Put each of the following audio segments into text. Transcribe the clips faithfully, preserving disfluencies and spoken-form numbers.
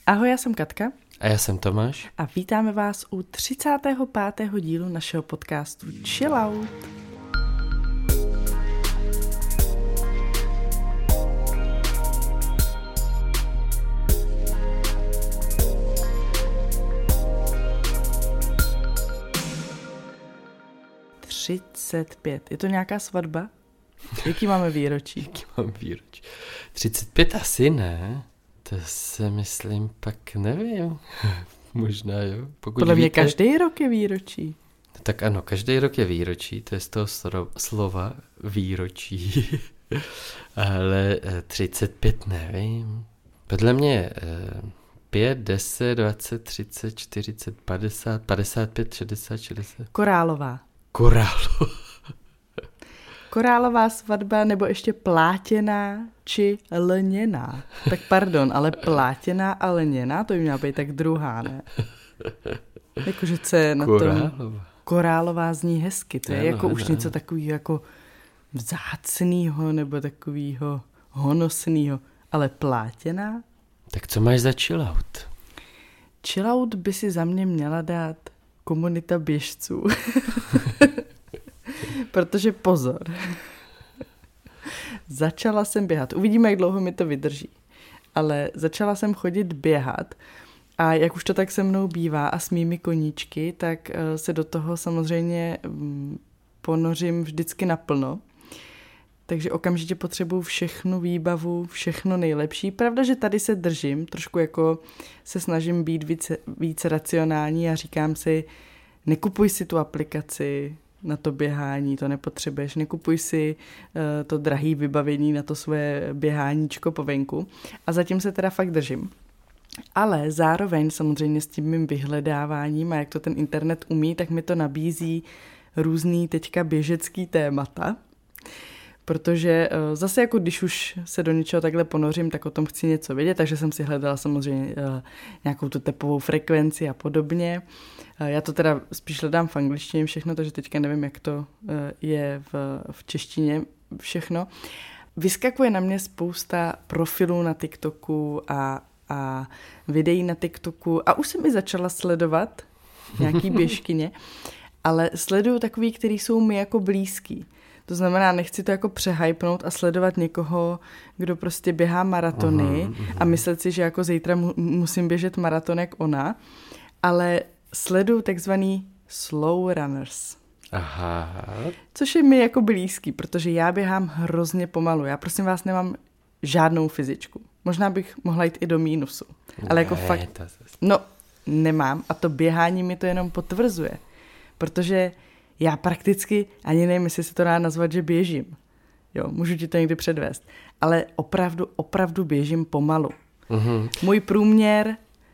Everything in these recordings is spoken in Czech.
Ahoj, já jsem Katka. A já jsem Tomáš. A vítáme vás u třicátého pátého dílu našeho podcastu Chill Out. třicet pět. Je to nějaká svatba? Jaký máme výročí? Jaký mám výročí? třicet pět asi ne. To se myslím, pak nevím. Možná jo. Pokud Podle mě víte, každý rok je výročí. Tak ano, každý rok je výročí, to je z toho slova výročí. Ale třicet pět nevím. Podle mě pět, deset, dvacet, třicet, čtyřicet, padesát, padesát pět, šedesát, šedesát. Korálová. Korálová. Korálová svatba nebo ještě plátěná či lněná. Tak pardon, ale plátěná a lněná, to by měla být tak druhá, ne? Jakože co je na Korálová. tom? Korálová zní hezky, to je ano, jako ano, už něco takového jako vzácnýho nebo takového honosného, ale plátěná? Tak co máš za chill out? Chill out by si za mě měla dát komunita běžců. Protože pozor, začala jsem běhat. Uvidíme, jak dlouho mi to vydrží. Ale začala jsem chodit běhat a jak už to tak se mnou bývá a s mými koníčky, tak se do toho samozřejmě ponořím vždycky naplno. Takže okamžitě potřebuju všechnu výbavu, všechno nejlepší. Pravda, že tady se držím, trošku jako se snažím být více, více racionální a říkám si, nekupuj si tu aplikaci na to běhání, to nepotřebuješ, nekupuj si uh, to drahý vybavení na to své běháníčko po venku. A zatím se teda fakt držím. Ale zároveň samozřejmě s tím mým vyhledáváním a jak to ten internet umí, tak mi to nabízí různý teďka běžecký témata. Protože uh, zase jako když už se do něčeho takhle ponořím, tak o tom chci něco vědět, takže jsem si hledala samozřejmě uh, nějakou tu tepovou frekvenci a podobně. Uh, já to teda spíš hledám v angličtině všechno, takže teďka nevím, jak to uh, je v, v češtině všechno. Vyskakuje na mě spousta profilů na TikToku a, a videí na TikToku a už jsem i začala sledovat nějaký běžkyně, ale sleduju takový, který jsou mi jako blízký. To znamená, nechci to jako přehypnout a sledovat někoho, kdo prostě běhá maratony uh-huh, uh-huh. a myslet si, že jako zítra mu, musím běžet maraton jak ona, ale sleduju takzvaný slow runners. Aha. Což je mi jako blízký, protože já běhám hrozně pomalu. Já prosím vás nemám žádnou fyzičku. Možná bych mohla jít i do mínusu. Ale ne, jako fakt, no nemám a to běhání mi to jenom potvrzuje. Protože já prakticky ani nevím, jestli se to dá nazvat, že běžím. Jo, můžu ti to někdy předvést. Ale opravdu, opravdu běžím pomalu. Mm-hmm. Můj průměr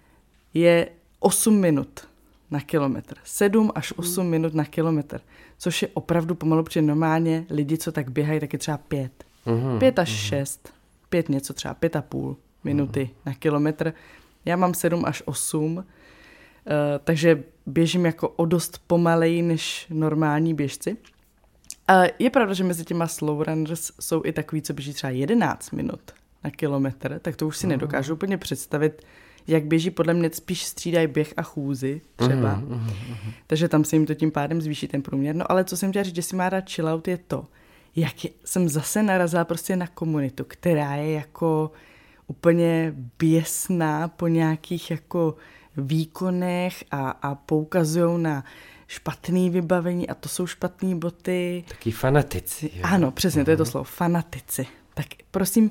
je osm minut na kilometr. sedm až osm mm. minut na kilometr. Což je opravdu pomalu, protože normálně lidi, co tak běhají, tak je třeba pět. Mm-hmm. Pět až mm-hmm. šest. Pět něco třeba, pět a půl minuty mm-hmm. na kilometr. Já mám sedm až osm. Uh, takže běžím jako o dost pomaleji než normální běžci. Uh, je pravda, že mezi těma slow runners jsou i takový, co běží třeba jedenáct minut na kilometr, tak to už si uh-huh. nedokážu úplně představit, jak běží, podle mě spíš střídají běh a chůzi třeba. Uh-huh, uh-huh. Takže tam se jim to tím pádem zvýší ten průměr. No ale co jsem chtěla říct, že si má dát chill out, je to, jak je, jsem zase narazila prostě na komunitu, která je jako úplně běsná po nějakých jako výkonech a, a poukazují na špatný vybavení a to jsou špatný boty. Taky fanatici. Jo. Ano, přesně, to je to slovo, fanatici. Tak prosím,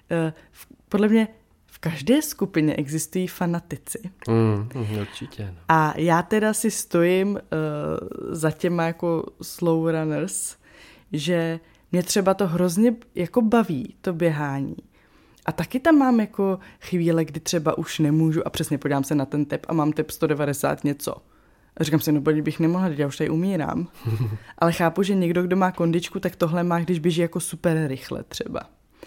podle mě v každé skupině existují fanatici. Mm, určitě. No. A já teda si stojím uh, za těma jako slow runners, že mě třeba to hrozně jako baví, to běhání. A taky tam mám jako chvíle, kdy třeba už nemůžu a přesně podívám se na ten tep a mám tep sto devadesát něco. A říkám si, no bodí bych nemohla, já už tady umírám. Ale chápu, že někdo, kdo má kondičku, tak tohle má, když běží jako super rychle třeba.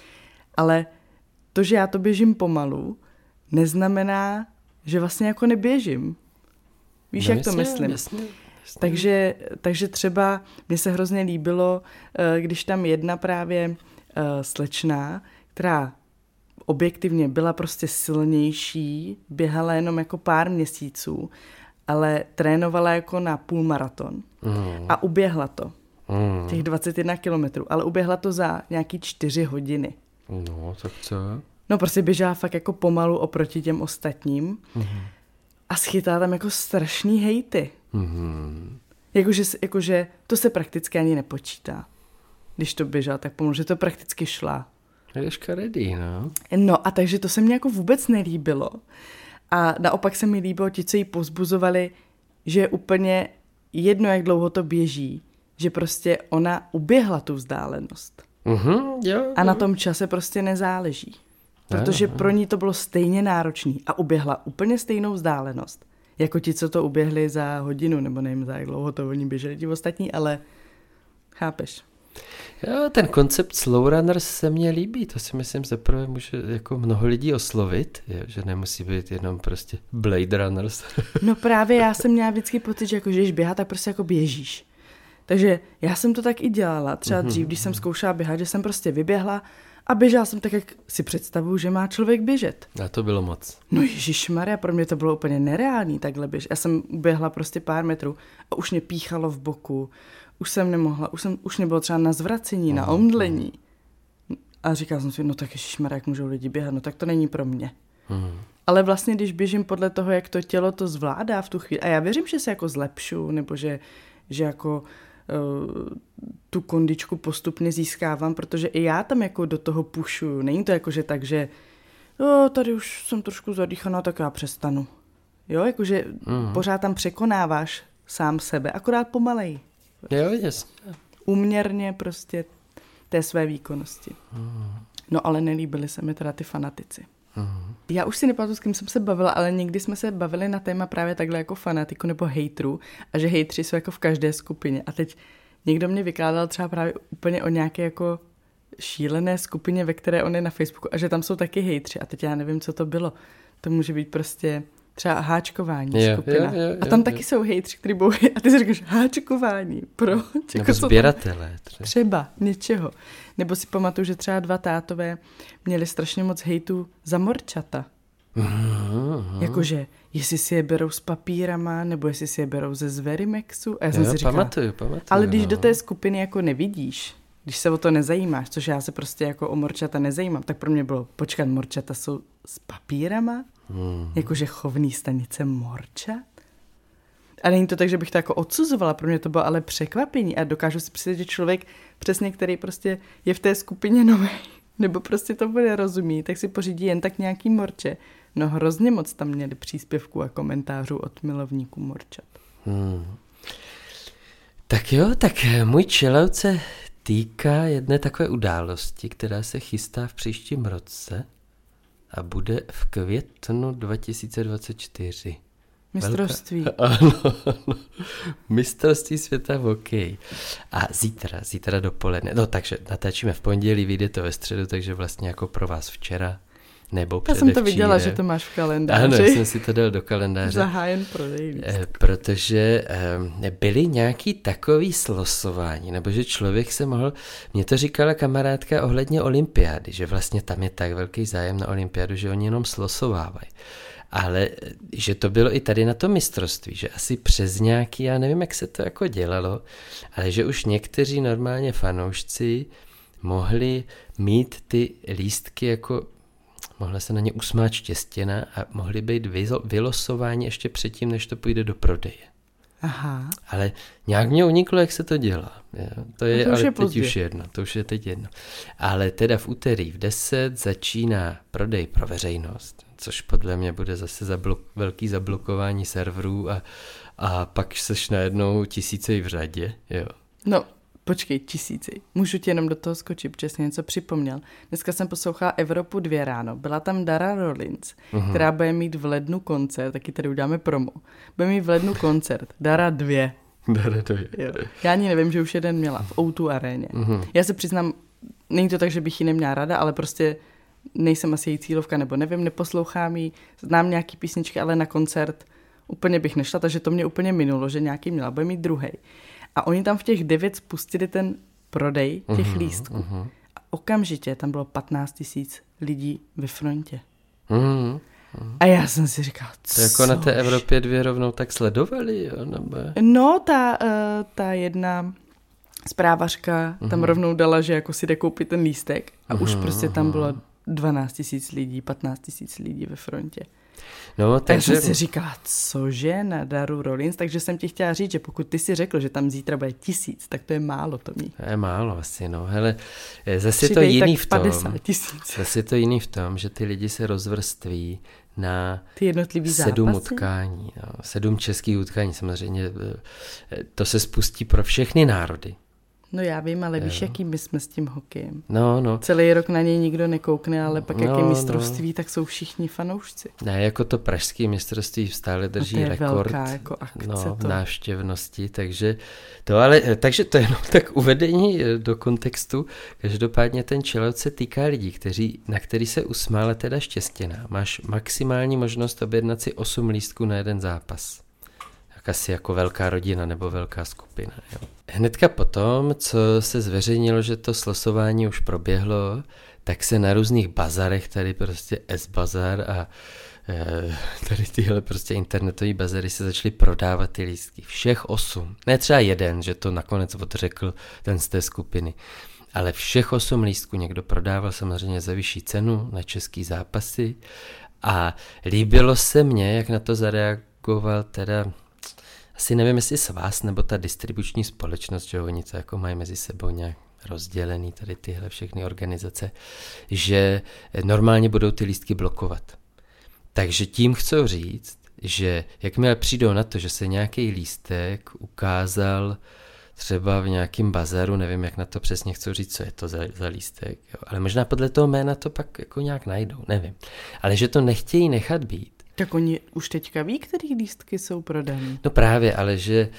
Ale to, že já to běžím pomalu, neznamená, že vlastně jako neběžím. Víš, no, jak jasně, to myslím? Jasně, jasně. Takže, takže třeba mně se hrozně líbilo, když tam jedna právě slečná, která objektivně byla prostě silnější, běhala jenom jako pár měsíců, ale trénovala jako na půlmaraton mm. a uběhla to. Mm. Těch dvacet jedna kilometrů, ale uběhla to za nějaký čtyři hodiny. No, tak co? No prostě běžela fakt jako pomalu oproti těm ostatním mm. a schytala tam jako strašný hejty. Mm. Jakože, jakože to se prakticky ani nepočítá. Když to běžela tak pomalu, že to prakticky šla. Je škaredý, no. No a takže to se mně jako vůbec nelíbilo. A naopak se mi líbilo ti, co jí povzbuzovali, že je úplně jedno, jak dlouho to běží, že prostě ona uběhla tu vzdálenost. Mm-hmm, jo, a na tom čase prostě nezáleží. Protože jo, jo. pro ní to bylo stejně náročný a uběhla úplně stejnou vzdálenost. Jako ti, co to uběhli za hodinu, nebo nevím, za jak dlouho to oni běželi ti ostatní, ale chápeš. Jo, ten koncept slow runners se mně líbí, to si myslím, že zaprvé může jako mnoho lidí oslovit, je, že nemusí být jenom prostě Blade Runners. No právě já jsem měla vždycky pocit, že jako, že když běhat, tak prostě jako běžíš. Takže já jsem to tak i dělala, třeba dřív, když jsem zkoušela běhat, že jsem prostě vyběhla a běžela jsem tak, jak si představuju, že má člověk běžet. A to bylo moc. No ježišmarja, pro mě to bylo úplně nereálný takhle běž. Já jsem běhla prostě pár metrů a už mě píchalo v boku. Už jsem nemohla, už, jsem, už nebylo třeba na zvracení, na omdlení. A říkala jsem si, no tak ježišmarja, jak můžou lidi běhat, no tak to není pro mě. Hmm. Ale vlastně, když běžím podle toho, jak to tělo to zvládá v tu chvíli, a já věřím, že se jako zlepšu, nebo že, že jako uh, tu kondičku postupně získávám, protože i já tam jako do toho pušuju. Není to jako, že tak, že jo, tady už jsem trošku zadýchaná, tak já přestanu. Jo, jakože hmm. pořád tam překonáváš sám sebe, akorát pomalej. Jo, jasně. Uměrně prostě té své výkonnosti. Mm. No ale nelíbily se mi teda ty fanatici. Mm. Já už si nepamatuju, s kým jsem se bavila, ale někdy jsme se bavili na téma právě takhle jako fanatiku nebo hejtrů a že hejtři jsou jako v každé skupině. A teď někdo mě vykládal třeba právě úplně o nějaké jako šílené skupině, ve které on je na Facebooku a že tam jsou taky hejtři. A teď já nevím, co to bylo. To může být prostě třeba háčkování jo, skupina. Jo, jo, a tam jo, taky jo. jsou hejtři, který bouhají. A ty si říkáš, háčkování, proč? Nebo sběratelé. Třeba. třeba něčeho. Nebo si pamatuju, že třeba dva tátové měli strašně moc hejtu za morčata. Mm-hmm. Jakože, jestli si je berou s papírama, nebo jestli si je berou ze Zverimexu. A já jsem jo, si říkala, pamatuju, pamatuju, ale když no. do té skupiny jako nevidíš, když se o to nezajímáš, což já se prostě jako o morčata nezajímám, tak pro mě bylo, počkat, morčata jsou s papírama? Hmm. Jakože chovný stanice morčat? A není to tak, že bych to jako odsuzovala, pro mě to bylo ale překvapení a dokážu si představit, že člověk přesně, který prostě je v té skupině nový, nebo prostě to bude rozumí, tak si pořídí jen tak nějaký morče. No hrozně moc tam měli příspěvků a komentářů od milovníků morčat. Hmm. Tak jo, tak můj chillout se týká jedné takové události, která se chystá v příštím roce a bude v květnu dva tisíce dvacet čtyři. Mistrovství. Velká... Ano, ano. Mistrovství světa v hokeji. A zítra, zítra dopoledne. No takže natáčíme v pondělí, vyjde to ve středu, takže vlastně jako pro vás včera nebo předevčírem. Já jsem to viděla, že to máš v kalendáři. Ano, jsem si to dal do kalendáře. Zahájen prodej. Protože eh, byly nějaký takový slosování, nebo že člověk se mohl, mě to říkala kamarádka ohledně olympiády, že vlastně tam je tak velký zájem na olympiádu, že oni jenom slosovávají. Ale že to bylo i tady na tom mistrovství, že asi přes nějaký, já nevím, jak se to jako dělalo, ale že už někteří normálně fanoušci mohli mít ty lístky jako, mohla se na ně usmát štěstěna a mohli být vylosováni ještě předtím, než to půjde do prodeje. Aha. Ale nějak mě uniklo, jak se to dělá. Jo? To je, to už ale je teď pozdě. už jedno, to už je teď jedno. Ale teda v úterý v deset začíná prodej pro veřejnost, což podle mě bude zase zablo- velký zablokování serverů a, a pak seš najednou tisíce v řadě. Jo. No, počkej, tisíci. Můžu ti jenom do toho skočit, protože jsi něco připomněl. Dneska jsem poslouchala Evropu dvě ráno. Byla tam Dara Rollins, uh-huh. která bude mít v lednu koncert, taky tady uděláme promo. Bude mít v lednu koncert. Dara dvě. Dara dvě. Jo. Já ani nevím, že už jeden měla v ó dva aréně. Uh-huh. Já se přiznám, není to tak, že bych ji neměla rada, ale prostě nejsem asi její cílovka, nebo nevím, neposlouchám jí, znám nějaký písničky, ale na koncert úplně bych nešla, takže to mě úplně minulo, že nějaký měla, bude mít druhej. A oni tam v těch devět spustili ten prodej těch uh-huh, lístků. Uh-huh. okamžitě tam bylo patnáct tisíc lidí ve frontě. Mm. A já jsem si říkala, co? To jako na té Evropě dvě rovnou tak sledovali, jo? Nebo... No, ta, uh, ta jedna zprávařka mm-hmm. tam rovnou dala, že jako si jde koupit ten lístek a mm-hmm. už prostě tam bylo dvanáct tisíc lidí, patnáct tisíc lidí ve frontě. No, takže... Já jsem si říkala, cože na Daru Rollins, takže jsem ti chtěla říct, že pokud ty si řekl, že tam zítra bude tisíc, tak to je málo, to mít. To je málo asi, no. Hele, zase je to jiný v tom, zase je to jiný v tom, že ty lidi se rozvrství na ty jednotlivý sedm zápasy? utkání, no, sedm českých utkání, samozřejmě to se spustí pro všechny národy. No já vím, ale víš, jo. jaký my jsme s tím hokejem. No, no. Celý rok na něj nikdo nekoukne, ale pak no, jak je mistrovství, no. tak jsou všichni fanoušci. Ne, jako to pražské mistrovství stále drží to je rekord velká jako akce, no, to. návštěvnosti, takže to, ale, takže to je jenom tak uvedení do kontextu. Každopádně ten chillout se týká lidí, kteří, na který se usmála teda štěstěná. Máš maximální možnost objednat si osm lístků na jeden zápas. Tak asi jako velká rodina nebo velká skupina. Jo. Hnedka potom, co se zveřejnilo, že to slosování už proběhlo, tak se na různých bazarech, tady prostě S-bazar a e, tady tyhle prostě internetový bazary se začaly prodávat ty lístky. Všech osm. Ne třeba jeden, že to nakonec odřekl ten z té skupiny. Ale všech osm lístků někdo prodával samozřejmě za vyšší cenu na český zápasy a líbilo se mně, jak na to zareagoval teda asi nevím, jestli s vás, nebo ta distribuční společnost, že oni to jako mají mezi sebou nějak rozdělený, tady tyhle všechny organizace, že normálně budou ty lístky blokovat. Takže tím chcou říct, že jakmile přijdou na to, že se nějaký lístek ukázal třeba v nějakém bazaru, nevím, jak na to přesně chcou říct, co je to za, za lístek, jo. Ale možná podle toho jména to pak jako nějak najdou, nevím. Ale že to nechtějí nechat být. Tak oni už teďka ví, který lístky jsou prodaný. No právě, ale že,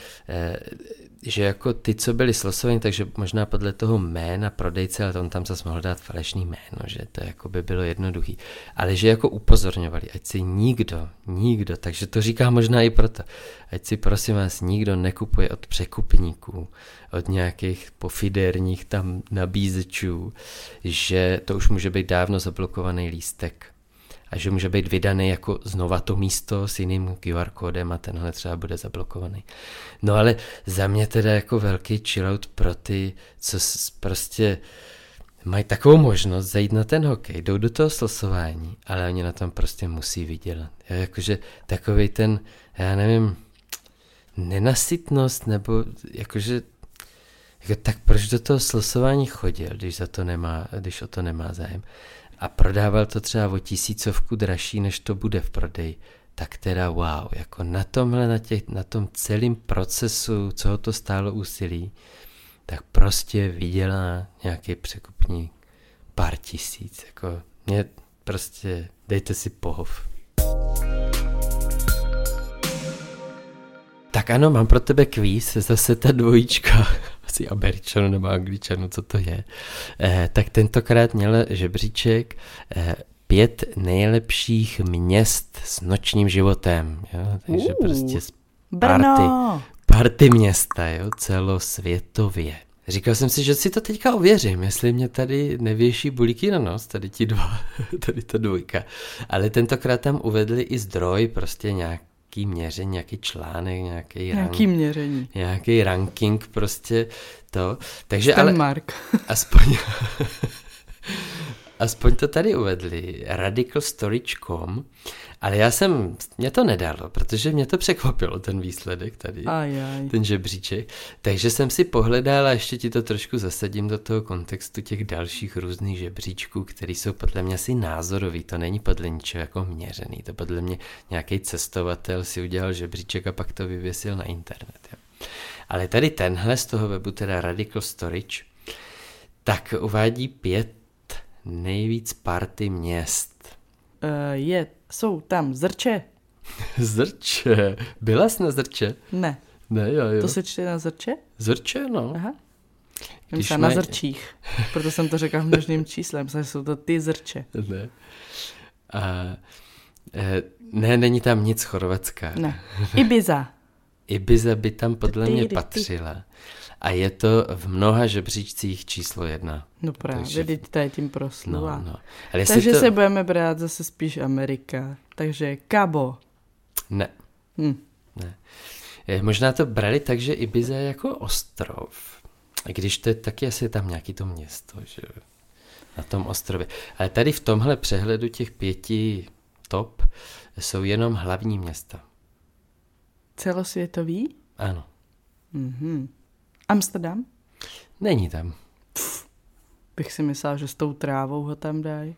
že jako ty, co byli slosovaní, takže možná podle toho jména prodejce, ale on tam zase mohl dát falešný jméno, že to jako by bylo jednoduchý. Ale že jako upozorňovali, ať si nikdo, nikdo, takže to říká možná i proto, ať si prosím vás nikdo nekupuje od překupníků, od nějakých pofidérních tam nabízečů, že to už může být dávno zablokovaný lístek. A že může být vydaný jako znova to místo s jiným Q R kódem a tenhle třeba bude zablokovaný. No ale za mě teda jako velký chillout pro ty, co prostě mají takovou možnost zajít na ten hokej, jdou do toho slosování, ale oni na tom prostě musí vydělat. Jo, jakože takovej ten, já nevím, nenasytnost, nebo jakože jako, tak proč do toho slosování chodil, když, za to nemá, když o to nemá zájem. A prodával to třeba o tisícovku dražší, než to bude v prodeji, tak teda wow, jako na tomhle, na, těch, na tom celém procesu, co ho to stálo úsilí, tak prostě vydělá nějaký překupník pár tisíc, jako mě prostě dejte si pohov. Tak ano, mám pro tebe kvíz, zase ta dvojička, asi Američanů nebo Angličanů, co to je. Eh, tak tentokrát měl žebříček eh, pět nejlepších měst s nočním životem. Jo? Takže uh, prostě z party, party města, jo? Celosvětově. Říkal jsem si, že si to teďka ověřím, jestli mě tady nevěší bulíky na nos, tady ti dva, tady ta dvojka. Ale tentokrát tam uvedli i zdroj, prostě nějak nějaký měření, nějaký článek, nějaký, nějaký rank, měření. Nějaký ranking, prostě to. Takže Ten ale Mark. aspoň, aspoň to tady uvedli, radical storage tečka com, ale já jsem, mě to nedalo, protože mě to překvapilo, ten výsledek tady, aj, aj. ten žebříček, takže jsem si pohledal a ještě ti to trošku zasadím do toho kontextu těch dalších různých žebříčků, které jsou podle mě asi názorový, to není podle ničeho jako měřený, to podle mě nějaký cestovatel si udělal žebříček a pak to vyvěsil na internet. Jo. Ale tady tenhle z toho webu, teda Radical Storage, tak uvádí pět nejvíc party měst. Uh, je, jsou tam Zrče. Zrče? Byla jsi na Zrče? Ne. Ne, jo, jo. To se čte na Zrče? Zrče, no. Aha. Když maj... na Zrčích, proto jsem to řekla v množným číslem, že jsou to ty Zrče. Ne. A, e, ne, není tam nic Chorvatska. Ne. Ibiza. Ibiza by tam podle mě patřila. a je to v mnoha žebříčcích číslo jedna. No právě, teď to je tím proslula. No, no. Ale takže to... se budeme brát zase spíš Amerika. Takže Cabo. Ne. Hm. ne. Možná to brali tak, že Ibiza je jako ostrov. I když to je taky asi tam nějaký to město, že na tom ostrově. Ale tady v tomhle přehledu těch pěti top jsou jenom hlavní města. Celosvětový? Ano. Mhm. Amsterdam? Není tam. Pff, bych si myslel, že s tou trávou ho tam dají.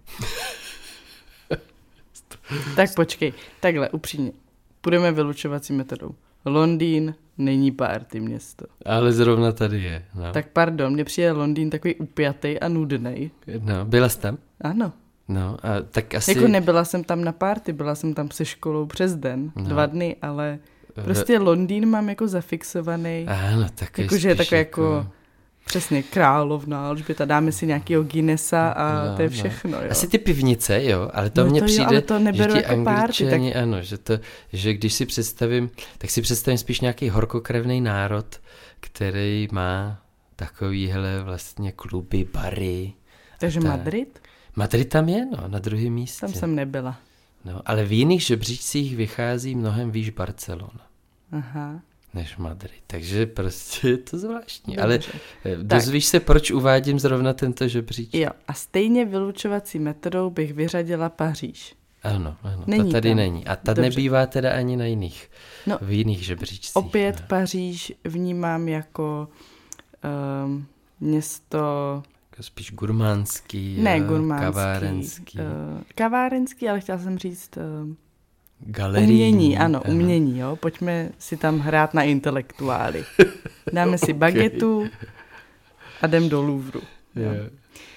Tak počkej, takhle, upřímně. Půjdeme vylučovací metodou. Londýn není party město. Ale zrovna tady je. No. Tak pardon, mně přijde Londýn takový upjatý a nudnej. No, byla jsi tam? Ano. No, a tak asi... Jako nebyla jsem tam na party, byla jsem tam se školou přes den, no. dva dny, ale prostě Londýn mám jako zafixovaný. Ano, takový jako, že je takový jako... jako... Přesně, královna, Alžběta, dáme si nějakýho Guinnessa a no, to je všechno, no. Jo. Asi ty pivnice, jo, ale to no mně to přijde, jo, ale to neberu že ti jako party, tak... ano, že, to, že když si představím, tak si představím spíš nějaký horkokrevný národ, který má takovýhle vlastně kluby, bary. Takže ta... Madrid? Madrid tam je, no, na druhém místě. Tam jsem nebyla. No, ale v jiných žebříčcích vychází mnohem výš Barcelona. Aha. Než Madrid. Takže prostě je to zvláštní. Dobře. Ale dozvíš se, proč uvádím zrovna tento žebříček? Jo, a stejně vylučovací metodou bych vyřadila Paříž. Ano, ano, není ta tady tam. Není. A ta Dobře. nebývá teda ani na jiných, no, v jiných žebříčcích. Opět no. Paříž vnímám jako um, město... Jako spíš gurmánský, ne gurmánský, kavárenský. Uh, kavárenský, ale chtěla jsem říct... Uh, Galerijní. Umění, ano, ano. umění, jo. Pojďme si tam hrát na intelektuály. Dáme si bagetu a jdem do Louvru. Jo. Yeah.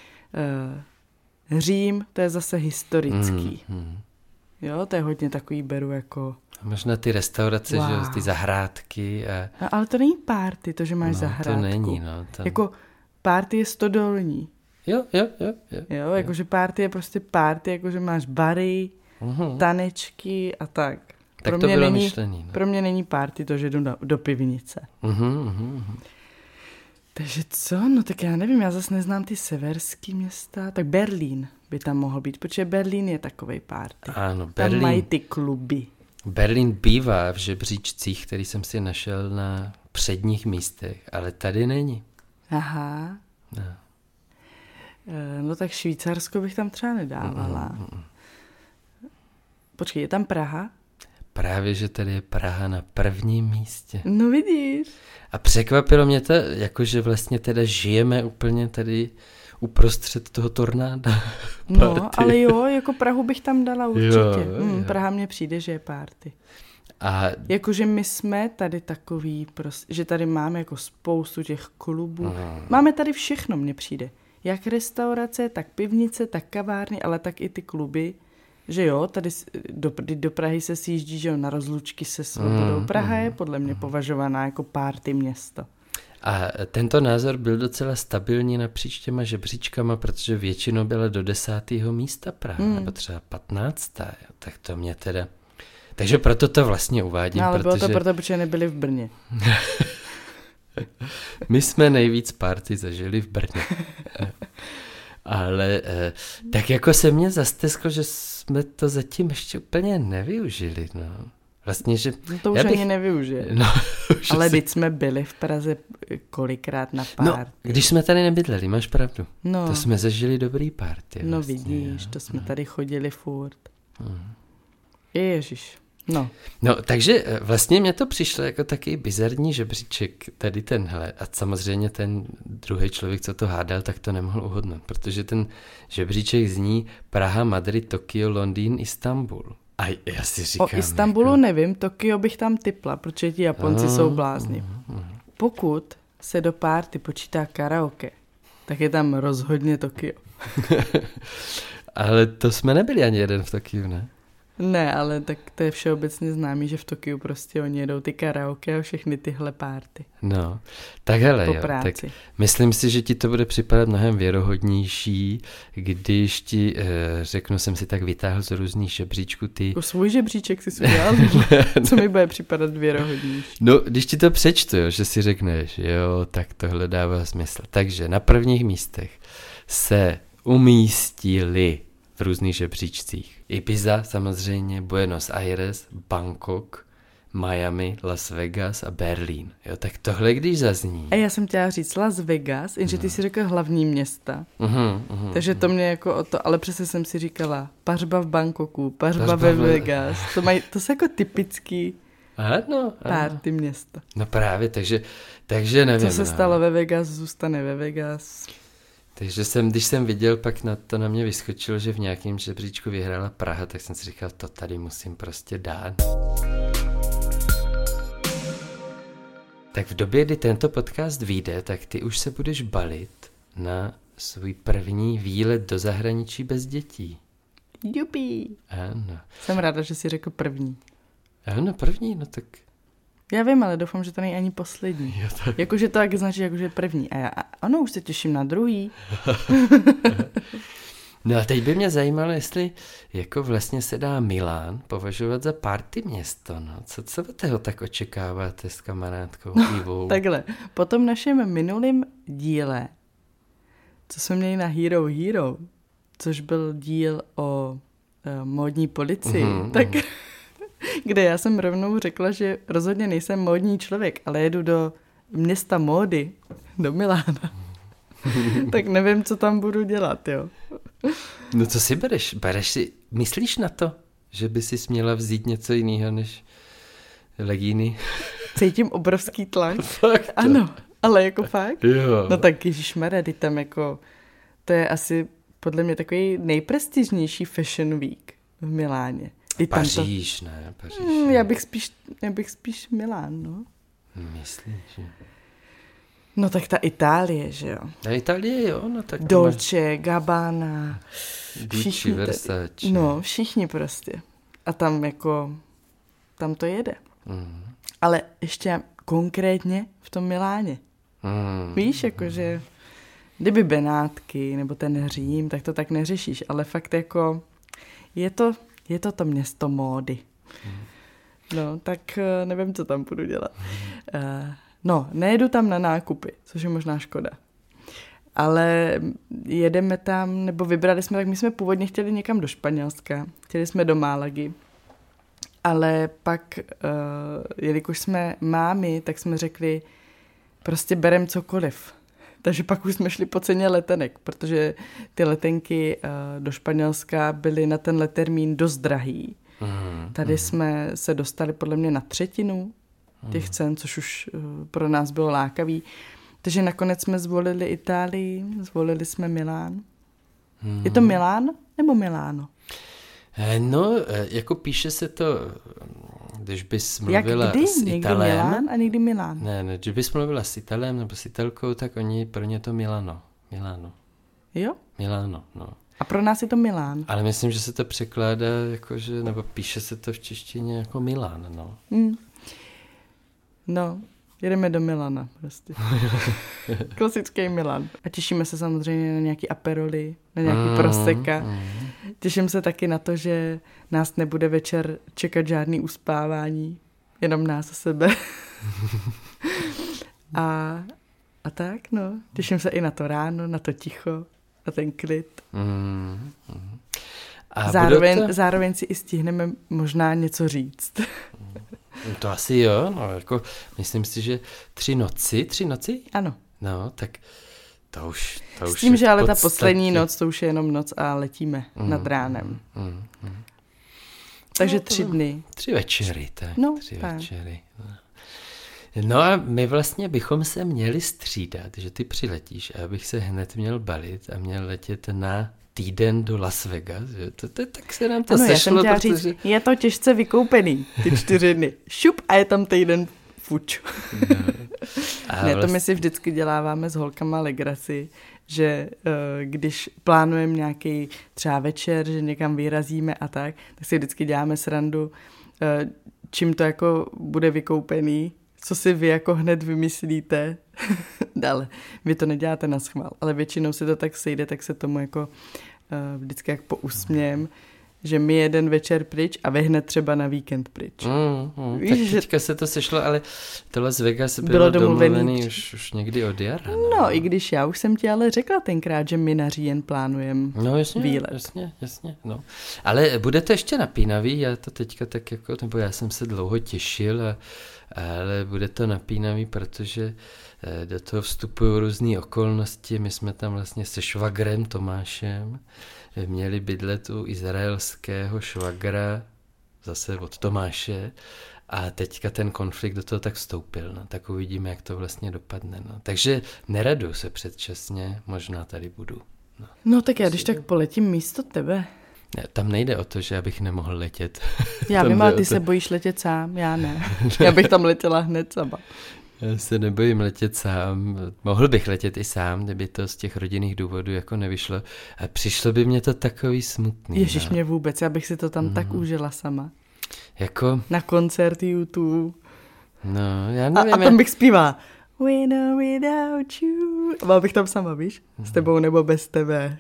Uh, Řím, to je zase historický. Mm, mm. Jo, to je hodně takový, beru jako... A možná ty restaurace, wow. že ty zahrádky. A... No, ale to není party, to, že máš no, zahrádku. to není, no. To... Jako party je stodolní. Jo, jo, jo. Jo, jo, jo. jakože party je prostě party, jakože máš bary, uhum. tanečky a tak. Tak pro to mě bylo není, myšlený. No. Pro mě není party to, že jdu do, do pivnice. Uhum, uhum. Takže co? No tak já nevím, já zase neznám ty severský města. Tak Berlín by tam mohl být, protože Berlín je takovej party. Ano, Berlín. Tam mají ty kluby. Berlín bývá v žebříčcích, který jsem si našel na předních místech, ale tady není. Aha. No, no tak Švýcarsko bych tam třeba nedávala. Mm, mm, mm. Počkej, je tam Praha? Právě, že tady je Praha na prvním místě. No vidíš. A překvapilo mě to, jakože vlastně teda žijeme úplně tady uprostřed toho tornáda. No, ale jo, jako Prahu bych tam dala určitě. Jo, hmm, jo. Praha mně přijde, že je party. A... Jakože my jsme tady takový, prostě, že tady máme jako spoustu těch klubů. Mm. Máme tady všechno, mně přijde. Jak restaurace, tak pivnice, tak kavárny, ale tak i ty kluby. Že jo, tady do, do Prahy se sjíždí, že jo, na rozlučky se svobodou. Mm, Praha mm, je podle mě považovaná jako party město. A tento názor byl docela stabilní napříč těma žebříčkama, protože většinou byla do desátého místa Praha, mm. nebo třeba patnáctá. Tak to mě teda... Takže proto to vlastně uvádím, no, ale protože... bylo to proto, protože nebyli v Brně. My jsme nejvíc party zažili v Brně. Ale tak jako se mě zastesklo, že jsme to zatím ještě úplně nevyužili, no. Vlastně, že... No to už já bych... ani nevyužije. No, ale teď jsme byli v Praze kolikrát na party. No, když jsme tady nebydleli, máš pravdu. No. To jsme zažili dobrý party. No vlastně, vidíš, jo. to jsme no. tady chodili furt. Hmm. Ježiš. No. No, takže vlastně mě to přišlo jako taky bizarní žebříček, tady tenhle. A samozřejmě ten druhý člověk, co to hádal, tak to nemohl uhodnout, protože ten žebříček zní Praha, Madrid, Tokio, Londýn, Istanbul. A já si říkám... O Istanbulu jako... nevím, Tokio bych tam tipla, protože ti Japonci oh, jsou blázni. Oh, oh. Pokud se do party počítá karaoke, tak je tam rozhodně Tokio. Ale to jsme nebyli ani jeden v Tokiu, ne? Ne, ale tak to je všeobecně známý, že v Tokiu prostě oni jedou ty karaoke a všechny tyhle párty. No, tak hele, po jo, práci. tak myslím si, že ti to bude připadat mnohem věrohodnější, když ti, eh, řeknu, jsem si tak vytáhl z různých žebříčků ty... Jako svůj žebříček si si udělal, co mi bude připadat věrohodnější. No, když ti to přečtu, jo, že si řekneš, jo, tak tohle dává smysl. Takže na prvních místech se umístili v různých žebříčcích. Ibiza samozřejmě, Buenos Aires, Bangkok, Miami, Las Vegas a Berlín. Jo, tak tohle když zazní. A já jsem chtěla říct Las Vegas, jenže ty si řekl hlavní města. Uhum, uhum, Takže to mě jako o to, ale přesně jsem si říkala, pařba v Bangkoku, pařba, Pařba ve v- Vegas. To, mají, to jsou jako typický Ano, ano. párty města. No právě, takže, takže nevím. Co se no. stalo ve Vegas, zůstane ve Vegas. Takže jsem, když jsem viděl, pak na to na mě vyskočilo, že v nějakém žebříčku vyhrála Praha, tak jsem si říkal, to tady musím prostě dát. Tak v době, kdy tento podcast vyjde, tak ty už se budeš balit na svůj první výlet do zahraničí bez dětí. Jupi. Ano. Jsem ráda, že jsi řekl první. Ano, první, no tak... Já vím, ale doufám, že to není ani poslední. Jo, tak. Jakože to tak značí, jakože první. A já, a ano, už se těším na druhý. No a teď by mě zajímalo, jestli jako vlastně se dá Milán považovat za party město, no. Co, co od toho tak očekáváte s kamarádkou Ivou? Takhle, po tom našem minulém díle, co jsme měli na Hero Hero, což byl díl o uh, módní policii, Mhm, tak kde já jsem rovnou řekla, že rozhodně nejsem módní člověk, ale jedu do města módy, do Milána. Tak nevím, co tam budu dělat, jo. No co si bereš? Bereš si, myslíš na to, že by si směla vzít něco jiného než legíny? Cítím obrovský tlak. Fakt? Ano, ale jako fakt. Jo. No tak ježišmarja, teď tam jako, to je asi podle mě takový nejprestižnější fashion week v Miláně. Teď tam to- Paříž, ne? Paříž. Hmm, já bych spíš, já bych spíš Milán, no. Myslíš, že? No tak ta Itálie, že jo. Na Itálie, jo, no tak... Dolce, Gabbana. Gucci, všichni tady- Versace. No, všichni prostě. A tam jako, tam to jede. Mm. Ale ještě konkrétně v tom Miláně. Mm. Víš, jakože, kdyby Benátky nebo ten Řím, tak to tak neřešíš, ale fakt jako, je to, je to to město módy. No, tak eh, nevím, co tam budu dělat. Eh, No, nejedu tam na nákupy, což je možná škoda. Ale jedeme tam, nebo vybrali jsme, tak my jsme původně chtěli někam do Španělska, chtěli jsme do Málagy, ale pak, uh, jelikož jsme mámy, tak jsme řekli, prostě berem cokoliv. Takže pak už jsme šli po ceně letenek, protože ty letenky uh, do Španělska byly na tenhle termín dost drahý. Mm. Tady jsme se dostali podle mě na třetinu těch cen, což už uh, pro nás bylo lákavý. Takže nakonec jsme zvolili Itálii, zvolili jsme Milán. Mm. Je to Milán nebo Miláno? Eh, No, eh, jako píše se to, když bys mluvila Jak kdy? s Někdy Italem. Milán a někdy Milán. Ne, ne, když bys mluvila s Italem nebo s Italkou, tak oni, pro ně to Milano. Milano. Jo? Milano, no. A pro nás je to Milán. Ale myslím, že se to překládá jakože, nebo píše se to v češtině jako Milán, no. Hmm. No, jedeme do Milana prostě. Klasický Milan. A těšíme se samozřejmě na nějaký aperoli, na nějaký Mm, proseka. mm. Těším se taky na to, že nás nebude večer čekat žádný uspávání, jenom nás a sebe. a, a tak, no. Těším se i na to ráno, na to ticho, na ten klid. Mm, mm. A Zároveň, budou to... zároveň si i stihneme možná něco říct. To asi jo, no, jako myslím si, že tři noci, tři noci? Ano. No, tak to už, to S už tím, je že v ale ta podstatě- poslední noc, to už je jenom noc a letíme Mm, nad ránem. Mm, mm. Takže No, to- tři dny. Tři večery, tak. No, tři tak. večery. No. No a my vlastně bychom se měli střídat, že ty přiletíš a abych se hned měl balit a měl letět na týden do Las Vegas. Že? To, to, tak se nám to Ano, já jsem sešlo, chtěla protože... říct, je to těžce vykoupený, ty čtyři dny. Šup a je tam týden fuč. No. A A ne, vlastně... to my si vždycky děláváme s holkama legraci, že uh, když plánujeme nějaký třeba večer, že někam vyrazíme a tak, tak si vždycky děláme srandu, uh, čím to jako bude vykoupený, co si vy jako hned vymyslíte. Dále, vy to neděláte na schvál, ale většinou se to tak sejde, tak se tomu jako uh, vždycky jak pousmějem, že my jeden večer pryč a vy hned třeba na víkend pryč. Mm, mm, Víš, tak teďka že... se to sešlo, ale to Las Vegas bylo, bylo domluvený, domluvený už, už někdy od jara. No. no, i když já už jsem ti ale řekla tenkrát, že my na říjen plánujeme no, jasně, výlet. jasně, jasně, no. Ale bude to ještě napínavý, já to teďka tak jako, nebo já jsem se dlouho těšil, a, ale bude to napínavý, protože do toho vstupují různé okolnosti. My jsme tam vlastně se švagrem Tomášem měli bydlet u izraelského švagra, zase od Tomáše, a teďka ten konflikt do toho tak vstoupil. No. Tak uvidíme, jak to vlastně dopadne. No. Takže neradu se předčasně, možná tady budu. No, no tak já když tak poletím místo tebe. Ne, tam nejde o to, že já bych nemohl letět. Já vím, ale ty to... se bojíš letět sám, já ne. Já bych tam letěla hned sama. Já se nebojím letět sám. Mohl bych letět i sám, kdyby to z těch rodinných důvodů jako nevyšlo. A přišlo by mě to takový smutný. Ježiš, no. mě vůbec, já bych si to tam mm. tak užila sama. Jako? Na koncert YouTube. No, já nevím. A, a tam bych zpívala We know without you. A byla bych tam sama, víš? S tebou nebo bez tebe.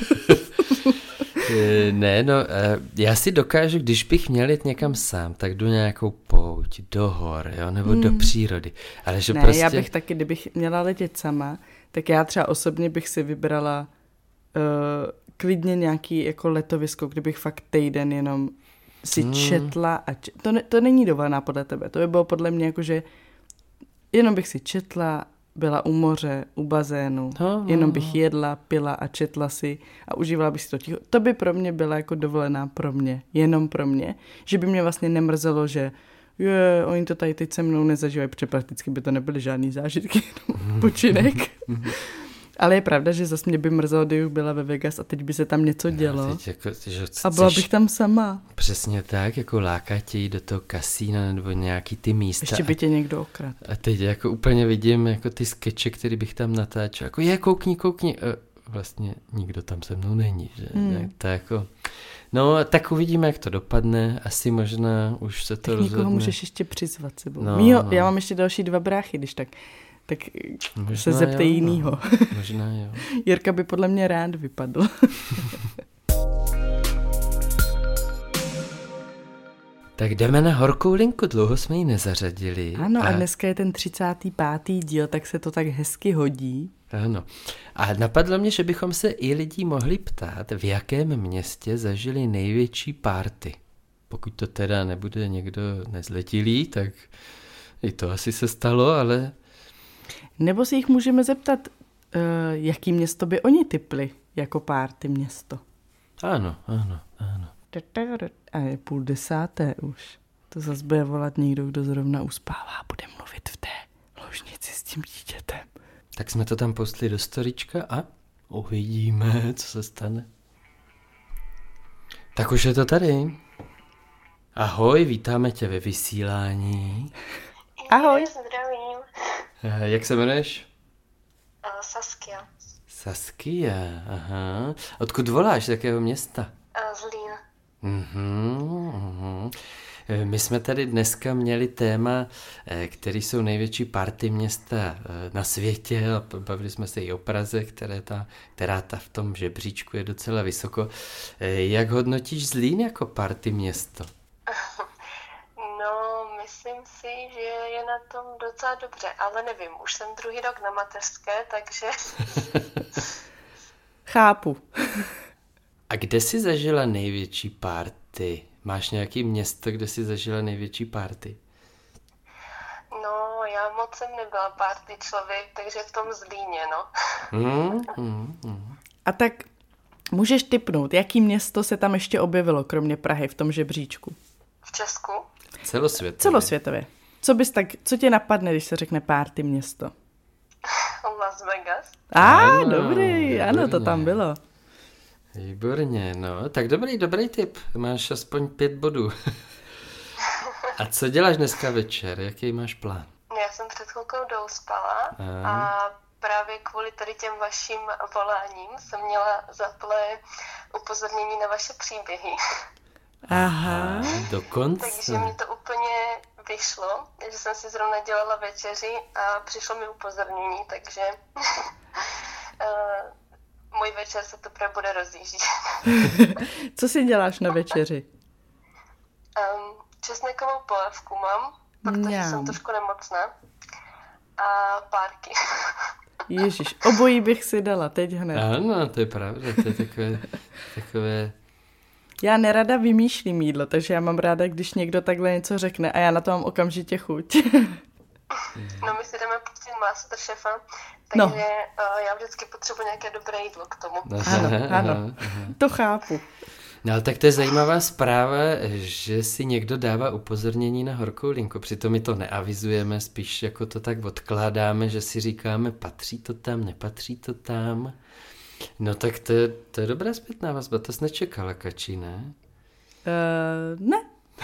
Ne, no, já si dokážu, když bych měl jít někam sám, tak jdu nějakou pouť, do hor, jo, nebo hmm. do přírody. Ale že ne, prostě... já bych taky, kdybych měla letět sama, tak já třeba osobně bych si vybrala uh, klidně nějaký jako letovisko, kdybych fakt týden jenom si hmm. četla a č- to, ne, to není dovolená podle tebe, to by bylo podle mě jako, že jenom bych si četla, byla u moře, u bazénu, no, no, jenom bych jedla, pila a četla si a užívala bych si to ticho. To by pro mě byla jako dovolená pro mě, jenom pro mě, že by mě vlastně nemrzelo, že je, oni to tady teď se mnou nezažívají, protože prakticky by to nebyly žádný zážitky, jenom počinek. Ale je pravda, že zase mě by mrzelo, kdybych byla ve Vegas a teď by se tam něco dělo. No, jako, že a byla bych tam sama. Přesně tak, jako láká tě jít do toho kasína nebo nějaký ty místa. Ještě by tě někdo okradl. A teď jako úplně vidím jako ty skeče, který bych tam natáčel. Jako je, koukni, koukni. A vlastně nikdo tam se mnou není. Že? Hmm. Tak jako... No, tak uvidíme, jak to dopadne. Asi možná už se to tak rozhodne. Tak někoho můžeš ještě přizvat sebou. No, Mího, no. Já mám ještě další dva bráchy, když tak... Tak možná se zeptej jo, jinýho. No. Možná jo. Jirka by podle mě rád vypadl. Tak jdeme na horkou linku, dlouho jsme ji nezařadili. Ano, a, a dneska je ten třicátý pátý díl, tak se to tak hezky hodí. Ano. A napadlo mě, že bychom se i lidí mohli ptát, v jakém městě zažili největší party. Pokud to teda nebude někdo nezletilý, tak i to asi se stalo, ale... Nebo si jich můžeme zeptat, uh, jaký město by oni tipli jako party město. Ano, ano, ano. A je půl desáté už. To zase bude volat někdo, kdo zrovna uspává, bude mluvit v té ložnici s tím dítětem. Tak jsme to tam postli do storička a uvidíme, co se stane. Tak už je to tady. Ahoj, vítáme tě ve vysílání. Ahoj. Zdravím. Jak se jmenuješ? Uh, Saskia. Saskia, aha. Odkud voláš, z jakého města? Uh, Zlín. Mhm, mhm. My jsme tady dneska měli téma, který jsou největší party města na světě a bavili jsme se i o Praze, které ta, která ta v tom žebříčku je docela vysoko. Jak hodnotíš Zlín jako party město? No, myslím si, že je na tom docela dobře, ale nevím, už jsem druhý rok na mateřské, takže... Chápu. A kde jsi zažila největší party? Máš nějaké město, kde jsi zažila největší party? No, já moc jsem nebyla party člověk, takže v tom Zlíně, no. Mm, mm, mm. A tak můžeš tipnout, jaký město se tam ještě objevilo, kromě Prahy v tom žebříčku? V Česku? Celosvětově. Celosvětově. Co bys tak, co tě napadne, když se řekne party město? Las Vegas. A, ah, dobrý, ano, to tam bylo. Výborně, no, tak dobrý, dobrý tip, máš aspoň pět bodů. A co děláš dneska večer, jaký máš plán? já jsem před chvilkou douspala a právě kvůli tady těm vašim voláním jsem měla za play upozornění na vaše příběhy. Aha. Dokonce. Takže mi to úplně vyšlo, že jsem si zrovna dělala večeři a přišlo mi upozornění, takže uh, můj večer se teprve bude rozjíždět. Co si děláš na večeři? Um, česnekovou polévku mám, protože Mňam. jsem trošku nemocná. A párky. Ježiš, obojí bych si dala, teď hned. Ano, to je pravda, to je takové, takové... Já nerada vymýšlím jídlo, takže já mám ráda, když někdo takhle něco řekne a já na to mám okamžitě chuť. No my si jdeme pustit Masterchefa, takže No. uh, já vždycky potřebuji nějaké dobré jídlo k tomu. Ano, ano, to chápu. No ale tak to je zajímavá zpráva, že si někdo dává upozornění na horkou linku. Přitom my to neavizujeme, spíš jako to tak odkládáme, že si říkáme, patří to tam, nepatří to tam. No tak to je, to je dobrá zpětná vazba, to jsi nečekala, Kači, ne? Uh, ne.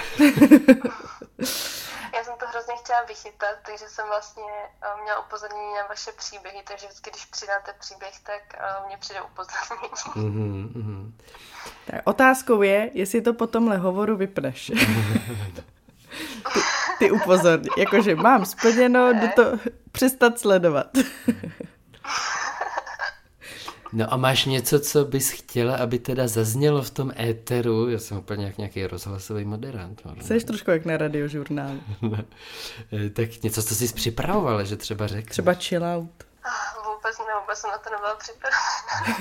Já jsem to hrozně chtěla vychytat, takže jsem vlastně uh, měla upozornění na vaše příběhy, takže vždycky, když přidáte příběh, tak uh, mně přijde upozornění. Mhm, mhm. Tak otázkou je, jestli to po tomhle hovoru vypneš. ty, ty upozorni. Jakože mám splněno, jdu to přestat sledovat. No a máš něco, co bys chtěla, aby teda zaznělo v tom éteru? Já jsem úplně jak nějaký rozhlasový moderant. Jseš trošku jak na radiožurnálu. Tak něco, co jsi připravovala, že třeba řekneš. Třeba chill out. Ah, vůbec ne, vůbec jsem na to nebyla připravená.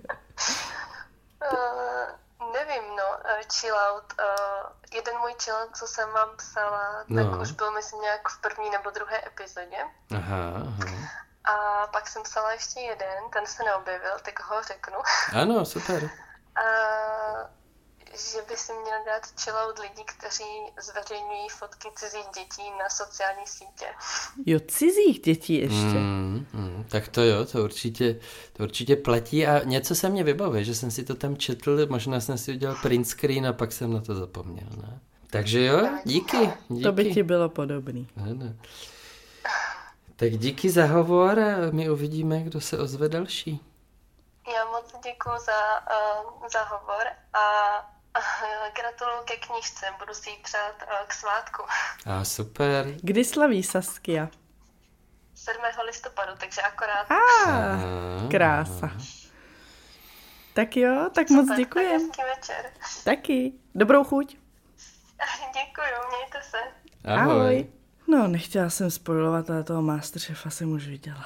uh, nevím, no, uh, chill out. Uh, jeden můj chill out, co jsem vám psala, No. tak už byl, myslím, nějak v první nebo druhé epizodě. Aha, aha. A pak jsem psala ještě jeden, ten se neobjevil, tak ho řeknu. Ano, super. A že by si měl dát chill out lidi, kteří zveřejňují fotky cizích dětí na sociální sítě. Jo, cizích dětí ještě. Mm, mm, tak to jo, to určitě, to určitě platí a něco se mě vybavuje, že jsem si to tam četl, možná jsem si udělal print screen a pak jsem na to zapomněl, ne? Takže jo, díky, díky. To by ti bylo podobný. Ano. Tak díky za hovor a my uvidíme, kdo se ozve další. Já moc děkuji za, uh, za hovor a uh, gratuluju ke knížce, budu si ji přát uh, k svátku. A super. Kdy slaví Saskia? sedmého listopadu, takže akorát. A, Aha. krása. Tak jo, tak moc Tak děkujem. hezký večer. Taky. Dobrou chuť. Děkuju, mějte se. Ahoj. Ahoj. No, nechtěla jsem spojovat, ale toho Masterchefa jsem už viděla.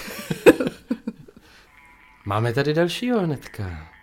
Máme tady dalšího hnedka.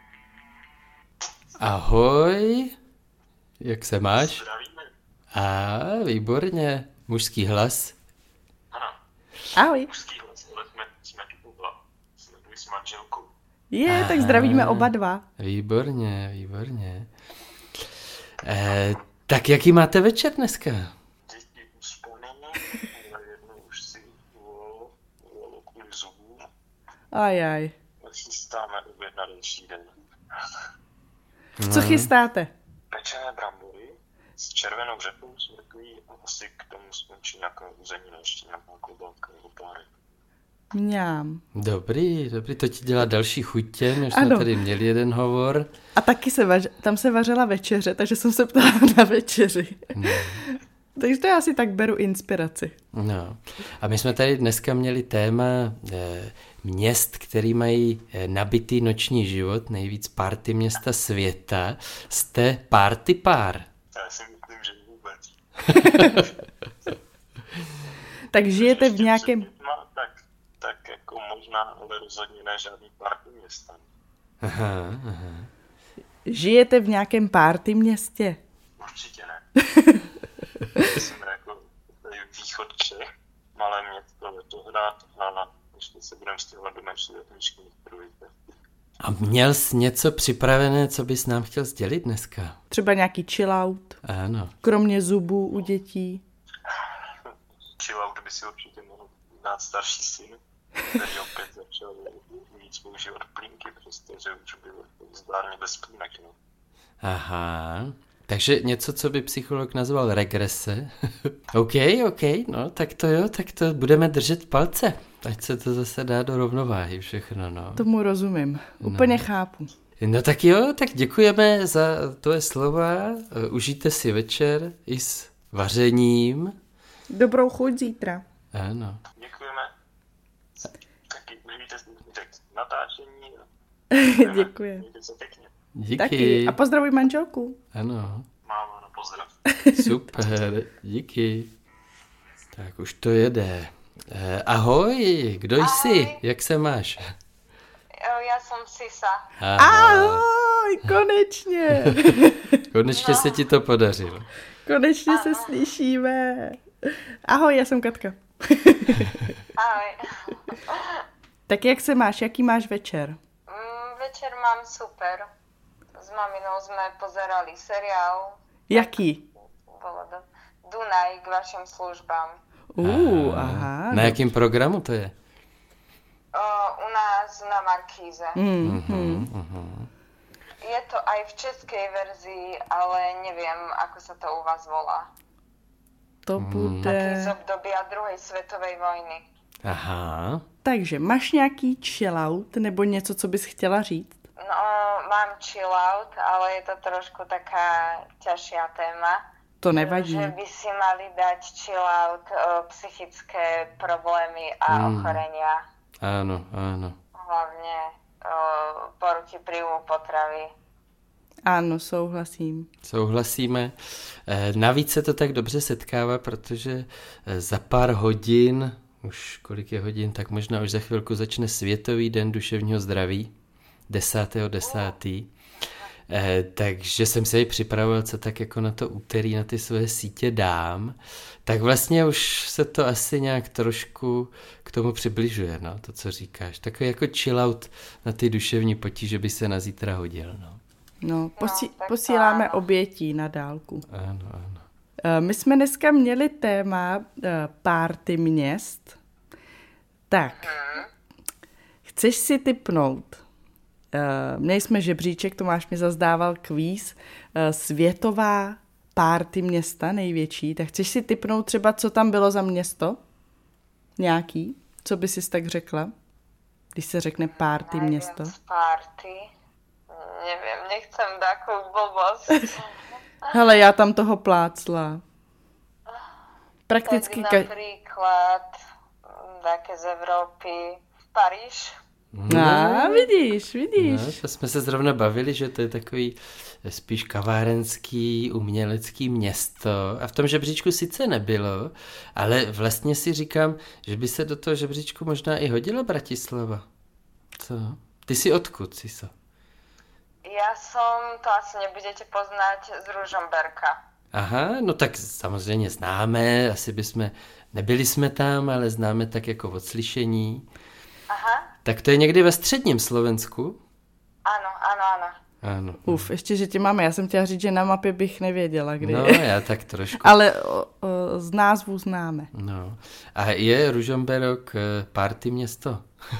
Ahoj. Jak se máš? Zdravíme. A, výborně. Mužský hlas. Ano, Ahoj. mužský hlas, ale jsme, jsme tu oba. Jsme tu s manželkou. Je, tak zdravíme oba dva. Výborně, výborně. Eh, tak jaký máte večer dneska? Děti usponý, ale jednou už si volalo, volalo kvůli zubům. Ajaj. Tak chystáme oběd na další den. Co chystáte? Pečené brambory s červenou řepou, smrklí a asi k tomu skončí nějaká uzenina, ještě nějaká klobáka nebo párek. Mňám. Dobrý, dobrý, to ti dělá další chutě, než jsme Ano. tady měli jeden hovor. A taky se vař, tam se vařila večeře, takže jsem se ptala na večeři. No. Takže to já si tak beru inspiraci. No. A my jsme tady dneska měli téma eh, měst, který mají eh, nabitý noční život, nejvíc party města světa. Jste party pár. Já si myslím, že vůbec. Tak žijete v Ještě nějakém... před dětma, tak, tak jako možná, ale rozhodně ne žádný party města. Aha, aha. Žijete v nějakém party městě? Určitě ne. Jsme jako tady východ Čech, malé město Letohrad a ještě se budeme stěhovat do menší letničky Mitrovice. A měl jsi něco připravené, co bys nám chtěl sdělit dneska? Třeba nějaký chill out? Ano. Kromě zubů u dětí? Chill out by si určitě mohl dát starší syn, který opět začal víc používat plínky, přestože už byl zdárně bez plínek, no. Aha. Takže něco, co by psycholog nazval regrese. OK, OK, no tak to jo, tak to budeme držet palce. Ať se to zase dá do rovnováhy všechno, no. Tomu rozumím, úplně no. chápu. No tak jo, tak děkujeme za tvoje slova, užijte si večer i s vařením. Dobrou chuť zítra. Ano. Děkujeme. Taky užijte si natáčení. Děkuji. Mějte se pěkně. Díky. Taky. A pozdravuj manželku. Ano. Mámo, no pozdrav. Super, díky. Tak už to jede. Eh, ahoj, kdo ahoj. jsi? Jak se máš? Já jsem Sisa. Ahoj, konečně. Konečně no. se ti to podařilo. Konečně ano. se slyšíme. Ahoj, já jsem Katka. Ahoj. Tak jak se máš, jaký máš večer? Mm, večer mám super. S maminou jsme pozerali seriál. Jaký? Dunaj k vašim službám. Uh, aha. Na jakém programu to je? O, u nás na Markíze. Mm, uh-huh, uh-huh. Je to aj v českej verzii, ale neviem, ako sa to u vás volá. To bude... Taký z obdobia druhej svetovej vojny. Aha. Takže máš nějaký chillout nebo něco, co bys chtěla říct? No, mám chillout, ale je to trošku taká ťažšia téma. To nevadí. Že by si mali dať chillout o psychické problémy a mm. ochorenia. Áno, áno. Hlavne o poruchy príjmu potravy. Ano, souhlasím. Souhlasíme. E, navíc se to tak dobře setkává, protože za pár hodin, už kolik je hodin, tak možná už za chvilku začne Světový den duševního zdraví, desátého desátého E, takže jsem se i připravoval, co tak jako na to úterý na ty své sítě dám. Tak vlastně už se to asi nějak trošku k tomu přibližuje, no, to, co říkáš. Takový jako chillout na ty duševní potíže by se na zítra hodil, no. No, posí- no posíláme obětí na dálku. Ano, ano. My jsme dneska měli téma párty měst. Tak, chceš si tipnout? Měli jsme žebříček, Tomáš mi zazdával kvíz, světová párty města největší, tak chceš si tipnout třeba, co tam bylo za město? Nějaký? Co by si tak řekla, když se řekne párty město? Párty? Nevím, nechcem takovou blbost. Hele, já tam toho plácla. Prakticky... Tak například také z Evropy, Paříž. No, a vidíš, vidíš. No, to jsme se zrovna bavili, že to je takový spíš kavárenský, umělecký město. A v tom žebříčku sice nebylo, ale vlastně si říkám, že by se do toho žebříčku možná i hodila Bratislava. Co? Ty jsi odkud, Siso? Já jsem, to asi nebudete poznat, z Ružomberka. Aha, no tak samozřejmě známe, asi bychom, nebyli jsme tam, ale známe tak jako od slyšení. Aha. Tak to je někdy ve středním Slovensku? Ano, ano, ano. Ano. Uf, ještě, že tě máme. Já jsem chtěla říct, že na mapě bych nevěděla, kde no, je. No, já tak trošku. Ale o, o, z názvu známe. No. A je Ružomberok party město?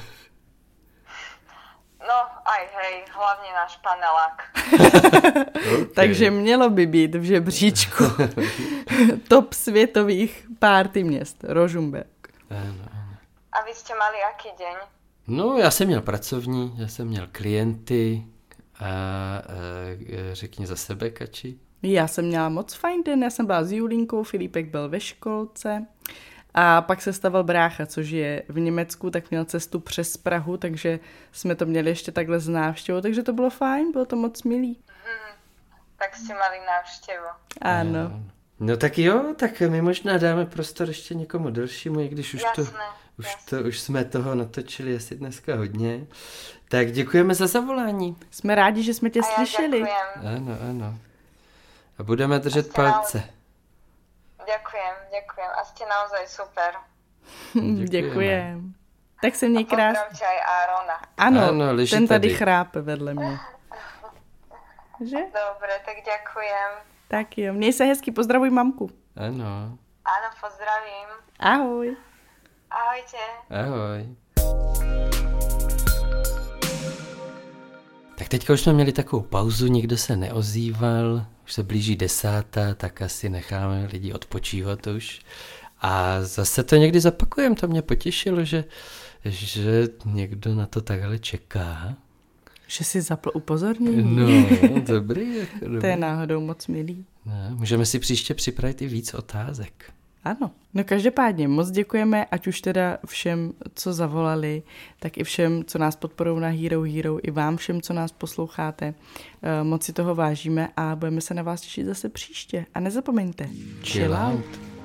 No, aj hej, hlavně náš panelák. Okay. Takže mělo by být v žebříčku top světových party měst. Ružomberok. Ano, ano. A vy jste mali jaký den? No, já jsem měl pracovní, já jsem měl klienty a, a řekni za sebe, Kači. Já jsem měla moc fajn den, já jsem byla s Julínkou, Filipek byl ve školce a pak se stavil brácha, což je v Německu, tak měl cestu přes Prahu, takže jsme to měli ještě takhle z návštěvou, takže to bylo fajn, bylo to moc milý. Hmm, tak jste mali návštěvu. Ano. No tak jo, tak my možná dáme prostor ještě někomu dalšímu, i když už jasné, to... Už, to, už jsme toho natočili asi dneska hodně. Tak děkujeme za zavolání. Jsme rádi, že jsme tě a slyšeli. Děkujem. Ano, ano. A budeme držet a palce. Na... Děkujem, děkujem. A jste naozaj super. Děkujeme. Děkujem. Tak se měj krásně. A pozdravte aj Arona. Ano, ano ten tady, tady chrápe vedle mě. Že? Dobre, tak děkujem. Tak jo, měj se hezky, pozdravuj mamku. Ano. Ano, pozdravím. Ahoj. Ahojte. Ahoj. Tak teďka už jsme měli takovou pauzu, nikdo se neozýval, už se blíží desátá, tak asi necháme lidi odpočívat už. A zase to někdy zapakujeme, to mě potěšilo, že, že někdo na to takhle čeká. Že si zapl upozornění. No, dobrý. Jako dobrý. To je náhodou moc milý. No, můžeme si příště připravit i víc otázek. Ano. No každopádně moc děkujeme, ať už teda všem, co zavolali, tak i všem, co nás podporují na Hero Hero, i vám všem, co nás posloucháte. Moc si toho vážíme a budeme se na vás těšit zase příště. A nezapomeňte, chill out.